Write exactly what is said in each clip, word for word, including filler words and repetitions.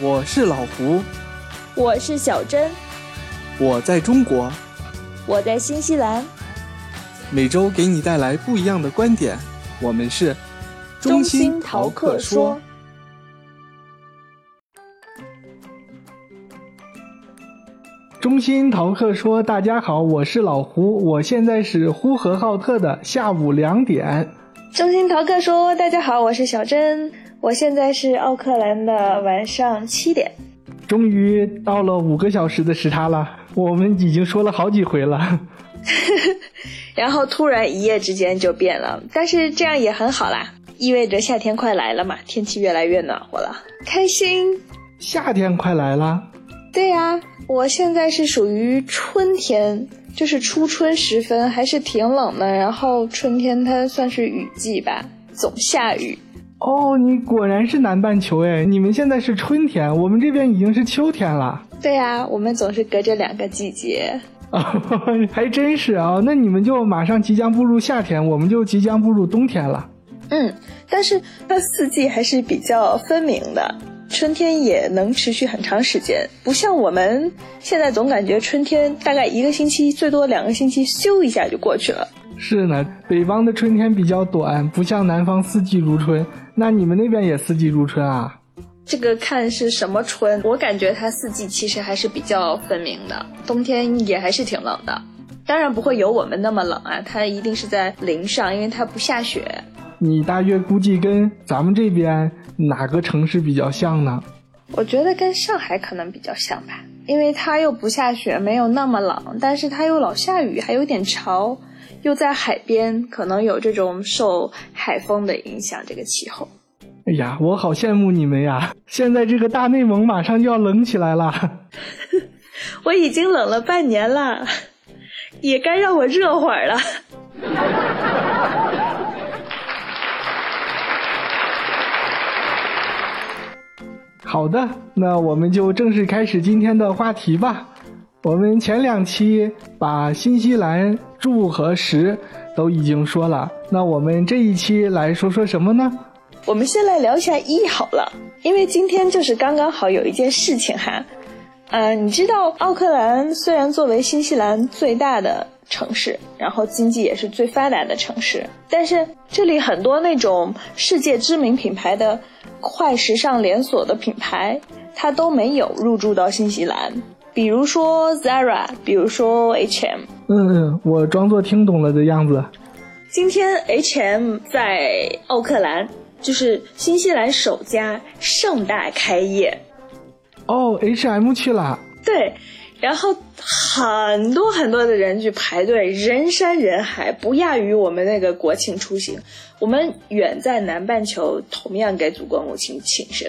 我是老胡， 我是小珍， 我在中国， 我在新西兰。 每周给你带来不一样的观点，我们是中心逃课说。 中心逃课说，大家好，我是老胡，我现在是呼和浩特的下午两点。 中心逃课说，大家好，我是小珍，我现在是奥克兰的晚上七点。 终于到了五个小时的时差了，我们已经说了好几回了。 然后突然一夜之间就变了，但是这样也很好啦，意味着夏天快来了嘛，天气越来越暖和了，开心。 夏天快来了？ 对呀、啊，我现在是属于春天，就是初春时分，还是挺冷的，然后春天它算是雨季吧，总下雨。 哦，你果然是南半球诶，你们现在是春天，我们这边已经是秋天了。 对呀、啊，我们总是隔着两个季节。 还真是啊，那你们就马上即将步入夏天，我们就即将步入冬天了。 嗯，但是它四季还是比较分明的，春天也能持续很长时间，不像我们现在总感觉春天大概一个星期，最多两个星期，咻一下就过去了。 是呢，北方的春天比较短，不像南方四季如春。那你们那边也四季如春啊？ 这个看是什么春，我感觉它四季其实还是比较分明的，冬天也还是挺冷的，当然不会有我们那么冷啊，它一定是在零上，因为它不下雪。 你大约估计跟咱们这边哪个城市比较像呢？ 我觉得跟上海可能比较像吧，因为它又不下雪，没有那么冷，但是它又老下雨，还有点潮，又在海边，可能有这种受海风的影响，这个气候。 哎呀，我好羡慕你们呀！现在这个大内蒙马上就要冷起来了。 我已经冷了半年了，也该让我热会儿了。 好的，那我们就正式开始今天的话题吧。我们前两期把新西兰住和食都已经说了，那我们这一期来说说什么呢？ 我们先来聊一下一好了，因为今天就是刚刚好有一件事情哈。呃，你知道奥克兰虽然作为新西兰最大的城市，然后经济也是最发达的城市，但是这里很多那种世界知名品牌的快时尚连锁的品牌，它都没有入驻到新西兰，比如说 Zara， 比如说 H and M。 嗯嗯，我装作听懂了的样子。 今天 H and M 在奥克兰，就是新西兰首家盛大开业。 哦 H and M 去了。 对，然后很多很多的人去排队，人山人海，不亚于我们那个国庆出行。我们远在南半球，同样给祖国母亲庆生。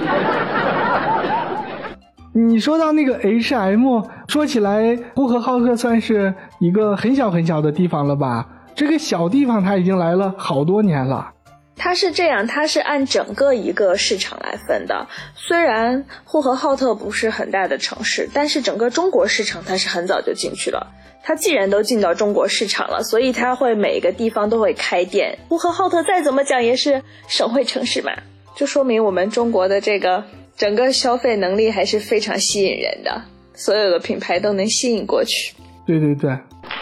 你说到那个 H and M， 说起来呼和浩特算是一个很小很小的地方了吧？这个小地方它已经来了好多年了。 它是这样，它是按整个一个市场来分的。虽然呼和浩特不是很大的城市，但是整个中国市场它是很早就进去了。它既然都进到中国市场了，所以它会每个地方都会开店。呼和浩特再怎么讲也是省会城市嘛，就说明我们中国的这个整个消费能力还是非常吸引人的，所有的品牌都能吸引过去。 对对对。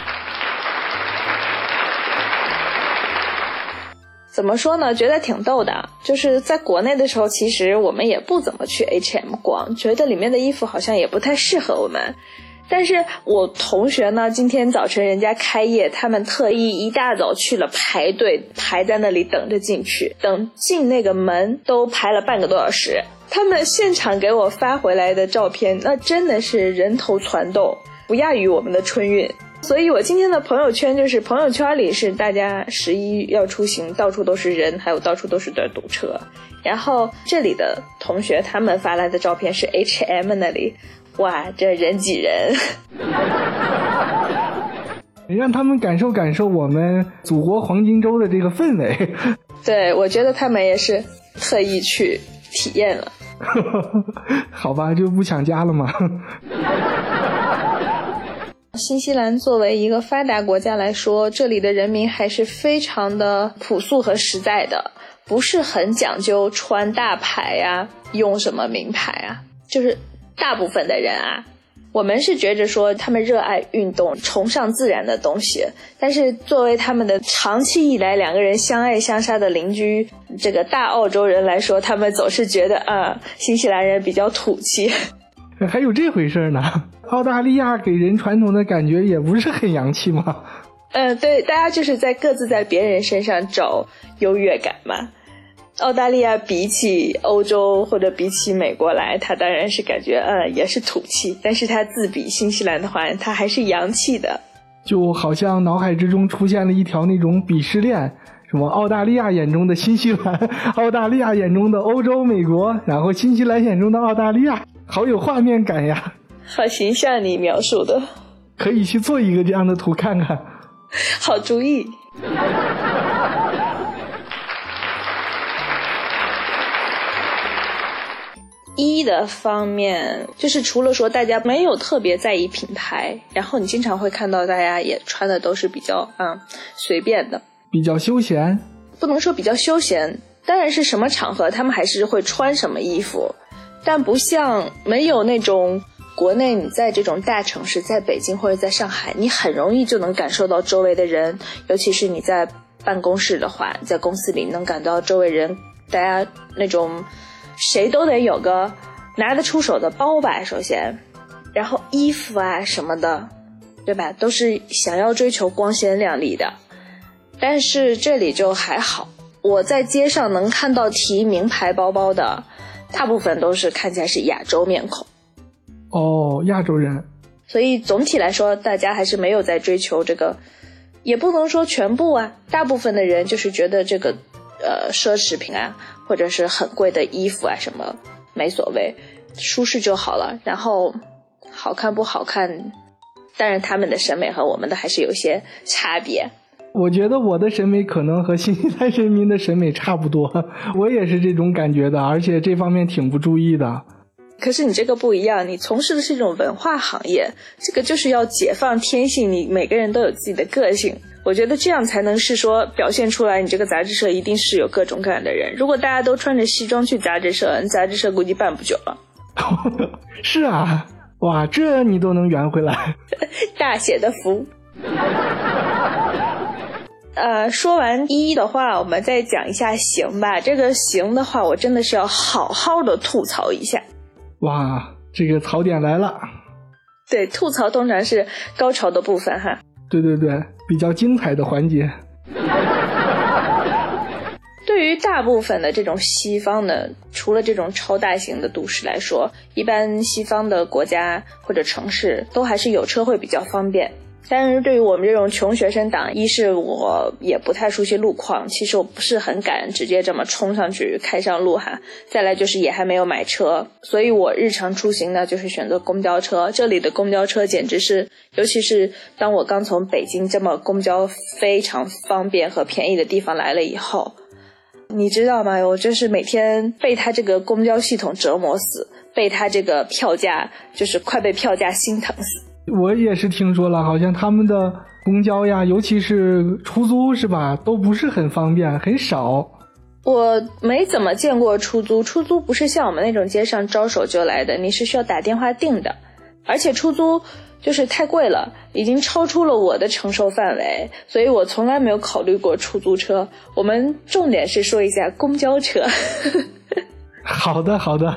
怎么说呢，觉得挺逗的，就是在国内的时候其实我们也不怎么去 H and M 逛，觉得里面的衣服好像也不太适合我们。但是我同学呢，今天早晨人家开业，他们特意一大早去了排队，排在那里等着进去，等进那个门都排了半个多小时。他们现场给我发回来的照片，那真的是人头攒动，不亚于我们的春运。所以我今天的朋友圈就是朋友圈里是大家十一要出行，到处都是人，还有到处都是的堵车。然后这里的同学他们发来的照片是 H and M 那里，哇，这人挤人。 让他们感受感受我们祖国黄金周的这个氛围。 对，我觉得他们也是特意去体验了。 好吧，就不抢家了吗？ 新西兰作为一个发达国家来说，这里的人民还是非常的朴素和实在的， 不是很讲究穿大牌啊，用什么名牌啊，就是大部分的人啊，我们是觉着说他们热爱运动，崇尚自然的东西，但是作为他们的长期以来两个人相爱相杀的邻居，这个大澳洲人来说，他们总是觉得啊、嗯，新西兰人比较土气。 还有这回事呢？澳大利亚给人传统的感觉也不是很洋气吗？ 嗯，对，大家就是在各自在别人身上找优越感嘛。澳大利亚比起欧洲或者比起美国来，它当然是感觉嗯也是土气，但是它自比新西兰的话，它还是洋气的。 就好像脑海之中出现了一条那种鄙视链，什么澳大利亚眼中的新西兰，澳大利亚眼中的欧洲美国，然后新西兰眼中的澳大利亚，好有画面感呀。 好形象你描述的， 可以去做一个这样的图看看。 好主意。一的方面，就是除了说大家没有特别在意品牌，然后你经常会看到大家也穿的都是比较嗯随便的， 比较休闲， 不能说比较休闲，当然是什么场合他们还是会穿什么衣服，但不像没有那种国内你在这种大城市，在北京或者在上海，你很容易就能感受到周围的人，尤其是你在办公室的话，在公司里能感到周围人大家那种谁都得有个拿得出手的包吧，首先，然后衣服啊什么的，对吧，都是想要追求光鲜亮丽的。但是这里就还好，我在街上能看到提名牌包包的大部分都是看起来是亚洲面孔。 哦，亚洲人。 所以总体来说大家还是没有在追求这个，也不能说全部啊，大部分的人就是觉得这个呃奢侈品啊或者是很贵的衣服啊什么没所谓，舒适就好了，然后好看不好看，当然他们的审美和我们的还是有些差别。 我觉得我的审美可能和新西兰人民的审美差不多，我也是这种感觉的，而且这方面挺不注意的。 可是你这个不一样，你从事的是一种文化行业，这个就是要解放天性，你每个人都有自己的个性，我觉得这样才能是说表现出来你这个杂志社一定是有各种各样的人。如果大家都穿着西装去杂志社，杂志社估计办不久了。 是啊，哇，这你都能圆回来。 大写的福。呃，说完一的话，我们再讲一下行吧。这个行的话，我真的是要好好的吐槽一下。 哇，这个槽点来了。 对，吐槽通常是高潮的部分哈。 对对对，比较精彩的环节。 对于大部分的这种西方的，除了这种超大型的都市来说，一般西方的国家或者城市都还是有车会比较方便。但是对于我们这种穷学生党，一是我也不太熟悉路况，其实我不是很敢直接这么冲上去开上路哈。再来就是也还没有买车，所以我日常出行呢就是选择公交车。这里的公交车简直是，尤其是当我刚从北京这么公交非常方便和便宜的地方来了以后，你知道吗？我就是每天被他这个公交系统折磨死，被他这个票价就是快被票价心疼死。 我也是听说了，好像他们的公交呀，尤其是出租是吧，都不是很方便，很少。 我没怎么见过出租，出租不是像我们那种街上招手就来的，你是需要打电话订的，而且出租就是太贵了，已经超出了我的承受范围，所以我从来没有考虑过出租车。我们重点是说一下公交车。 好的好的。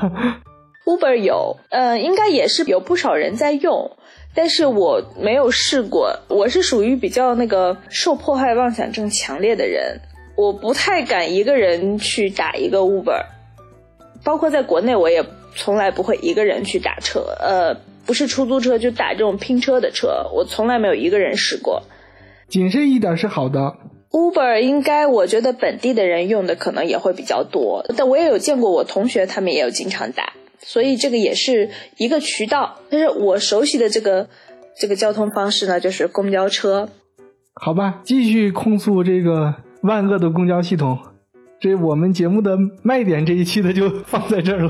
Uber 有，呃，应该也是有不少人在用，但是我没有试过。我是属于比较那个受迫害妄想症强烈的人，我不太敢一个人去打一个 Uber， 包括在国内我也从来不会一个人去打车，呃，不是出租车就打这种拼车的车，我从来没有一个人试过。 谨慎一点是好的。 Uber 应该我觉得本地的人用的可能也会比较多，但我也有见过我同学他们也有经常打，所以这个也是一个渠道。但是我熟悉的这个这个交通方式呢，就是公交车。 好吧，继续控诉这个万恶的公交系统，这我们节目的卖点这一期的就放在这儿了。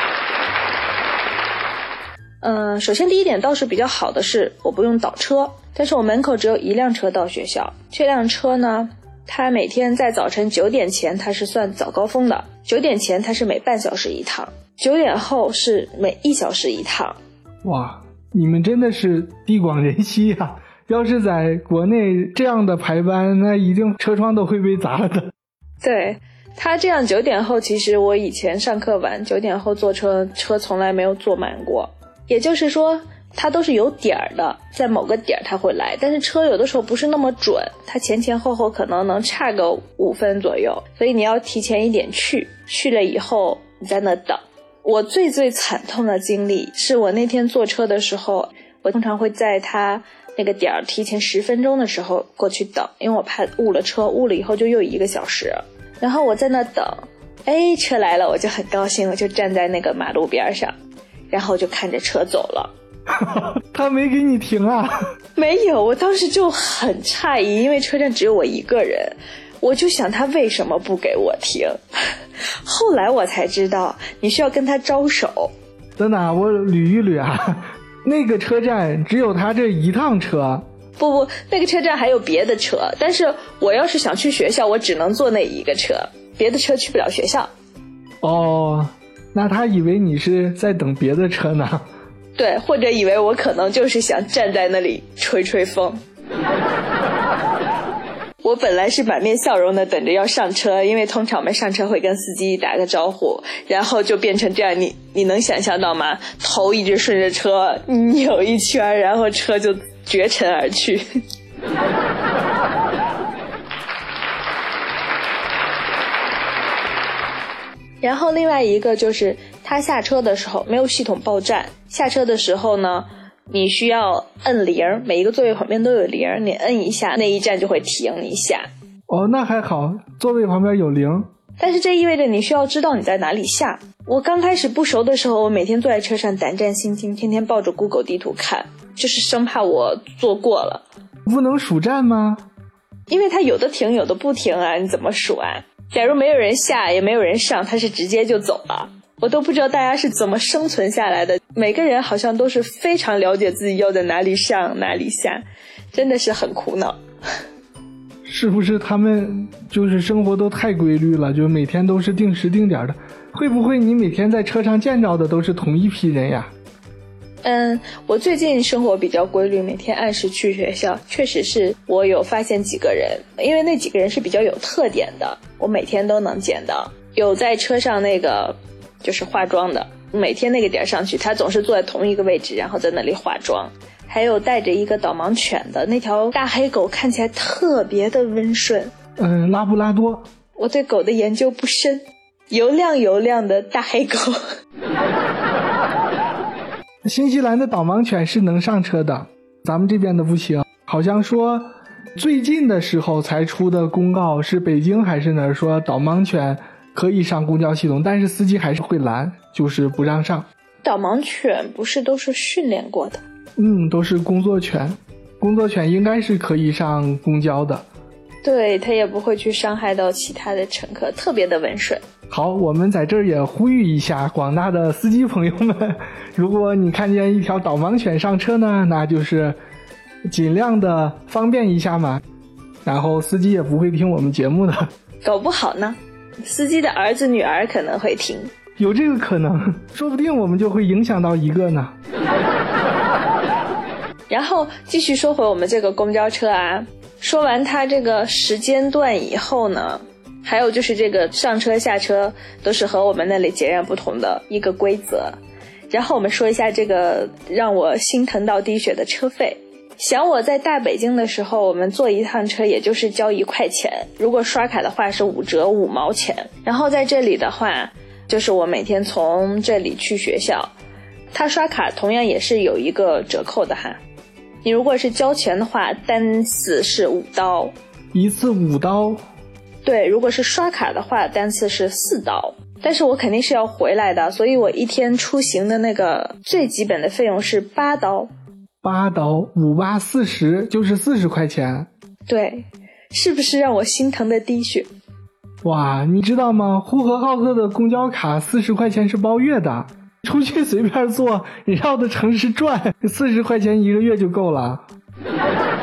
嗯、呃，首先第一点倒是比较好的是我不用倒车， 但是我门口只有一辆车到学校。这辆车呢，它每天在早晨九点前它是算早高峰的，九点前它是每半小时一趟，九点后是每一小时一趟。 哇，你们真的是地广人稀啊！要是在国内这样的排班，那一定车窗都会被砸了的。 对，他这样九点后，其实我以前上课晚，九点后坐车，车从来没有坐满过。也就是说，它都是有点儿的，在某个点它会来，但是车有的时候不是那么准，它前前后后可能能差个五分左右，所以你要提前一点去，去了以后你在那等。我最最惨痛的经历是我那天坐车的时候，我通常会在它那个点儿提前十分钟的时候过去等，因为我怕误了车，误了以后就又一个小时。然后我在那等，哎，车来了，我就很高兴，我就站在那个马路边上，然后就看着车走了。 他没给你停啊？ 没有，我当时就很诧异，因为车站只有我一个人，我就想他为什么不给我停。后来我才知道，你需要跟他招手。 真的，我捋一捋啊，那个车站只有他这一趟车。 不不，那个车站还有别的车，但是我要是想去学校，我只能坐那一个车，别的车去不了学校。 哦，那他以为你是在等别的车呢。 对，或者以为我可能就是想站在那里吹吹风。我本来是满面笑容的等着要上车，因为通常我们上车会跟司机打个招呼，然后就变成这样，你你能想象到吗？头一直顺着车扭一圈，然后车就绝尘而去。然后另外一个就是他下车的时候没有系统报站，下车的时候呢，你需要摁铃，每一个座位旁边都有铃，你摁一下那一站就会停一下。 哦，那还好，座位旁边有铃。 但是这意味着你需要知道你在哪里下。我刚开始不熟的时候，我每天坐在车上胆战心惊，天天抱着 Google 地图看，就是生怕我坐过了。 不能数站吗？ 因为它有的停有的不停啊，你怎么数啊？假如没有人下也没有人上，它是直接就走了。我都不知道大家是怎么生存下来的，每个人好像都是非常了解自己要在哪里上哪里下，真的是很苦恼。 是不是他们就是生活都太规律了，就每天都是定时定点的？会不会你每天在车上见着的都是同一批人呀？ 嗯，我最近生活比较规律，每天按时去学校，确实是我有发现几个人，因为那几个人是比较有特点的，我每天都能见到。有在车上那个就是化妆的，每天那个点上去，他总是坐在同一个位置，然后在那里化妆。还有带着一个导盲犬的，那条大黑狗看起来特别的温顺。 嗯，拉布拉多。 我对狗的研究不深，油亮油亮的大黑狗。 新西兰的导盲犬是能上车的，咱们这边的不行。好像说最近的时候才出的公告，是北京还是哪儿说导盲犬可以上公交系统，但是司机还是会拦，就是不让上。 导盲犬不是都是训练过的？ 嗯，都是工作犬，工作犬应该是可以上公交的。 对，它也不会去伤害到其他的乘客，特别的温顺。 好，我们在这儿也呼吁一下广大的司机朋友们，如果你看见一条导盲犬上车呢，那就是尽量的方便一下嘛，然后司机也不会听我们节目的。 搞不好呢，司机的儿子女儿可能会听。 有这个可能，说不定我们就会影响到一个呢。 然后继续说回我们这个公交车啊，说完它这个时间段以后呢，还有就是这个上车下车都是和我们那里截然不同的一个规则。然后我们说一下这个让我心疼到滴血的车费。想我在大北京的时候，我们坐一趟车也就是交一块钱，如果刷卡的话是五折五毛钱。然后在这里的话，就是我每天从这里去学校，他刷卡同样也是有一个折扣的哈。你如果是交钱的话，单次是五刀， 一次五刀。 对，如果是刷卡的话，单次是四刀。但是我肯定是要回来的，所以我一天出行的那个最基本的费用是八刀。 八刀，五八四十，就是四十块钱。 对，是不是让我心疼的滴血？ 哇，你知道吗？呼和浩特的公交卡四十块钱是包月的。出去随便坐，绕着城市转，四十块钱一个月就够了。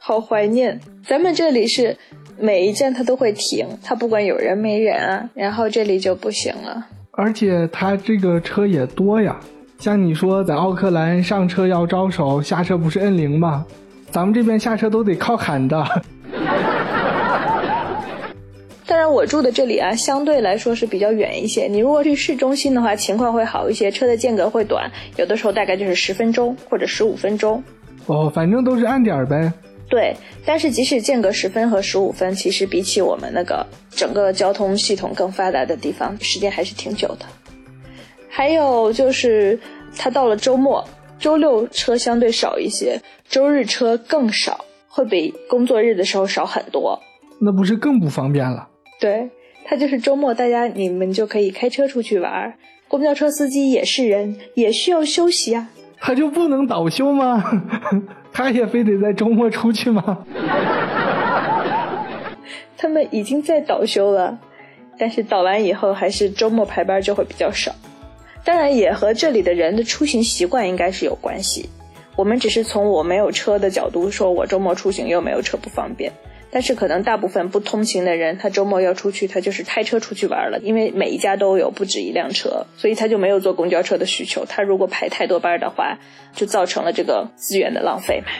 好怀念。咱们这里是每一站它都会停，它不管有人没人啊，然后这里就不行了。 而且它这个车也多呀，像你说在奥克兰上车要招手，下车不是摁铃吗？咱们这边下车都得靠喊的。 当然我住的这里啊，相对来说是比较远一些，你如果去市中心的话情况会好一些，车的间隔会短，有的时候大概就是十分钟或者十五分钟。 哦，反正都是按点呗。 对，但是即使间隔十分和十五分，其实比起我们那个整个交通系统更发达的地方，时间还是挺久的。还有就是它到了周末，周六车相对少一些，周日车更少，会比工作日的时候少很多。 那不是更不方便了？ 对，它就是周末大家你们就可以开车出去玩，公交车司机也是人，也需要休息啊。 他就不能倒休吗？他也非得在周末出去吗？ 他们已经在倒休了，但是倒完以后还是周末排班就会比较少。当然也和这里的人的出行习惯应该是有关系，我们只是从我没有车的角度说，我周末出行又没有车不方便，但是可能大部分不通勤的人，他周末要出去，他就是开车出去玩了，因为每一家都有不止一辆车，所以他就没有坐公交车的需求。他如果排太多班的话，就造成了这个资源的浪费嘛。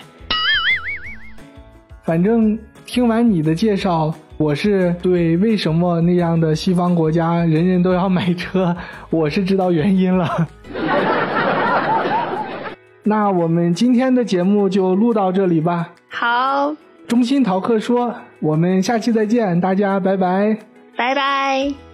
反正听完你的介绍，我是对为什么那样的西方国家人人都要买车，我是知道原因了。那我们今天的节目就录到这里吧。 好， 中心淘客说，我们下期再见，大家拜拜。 拜拜。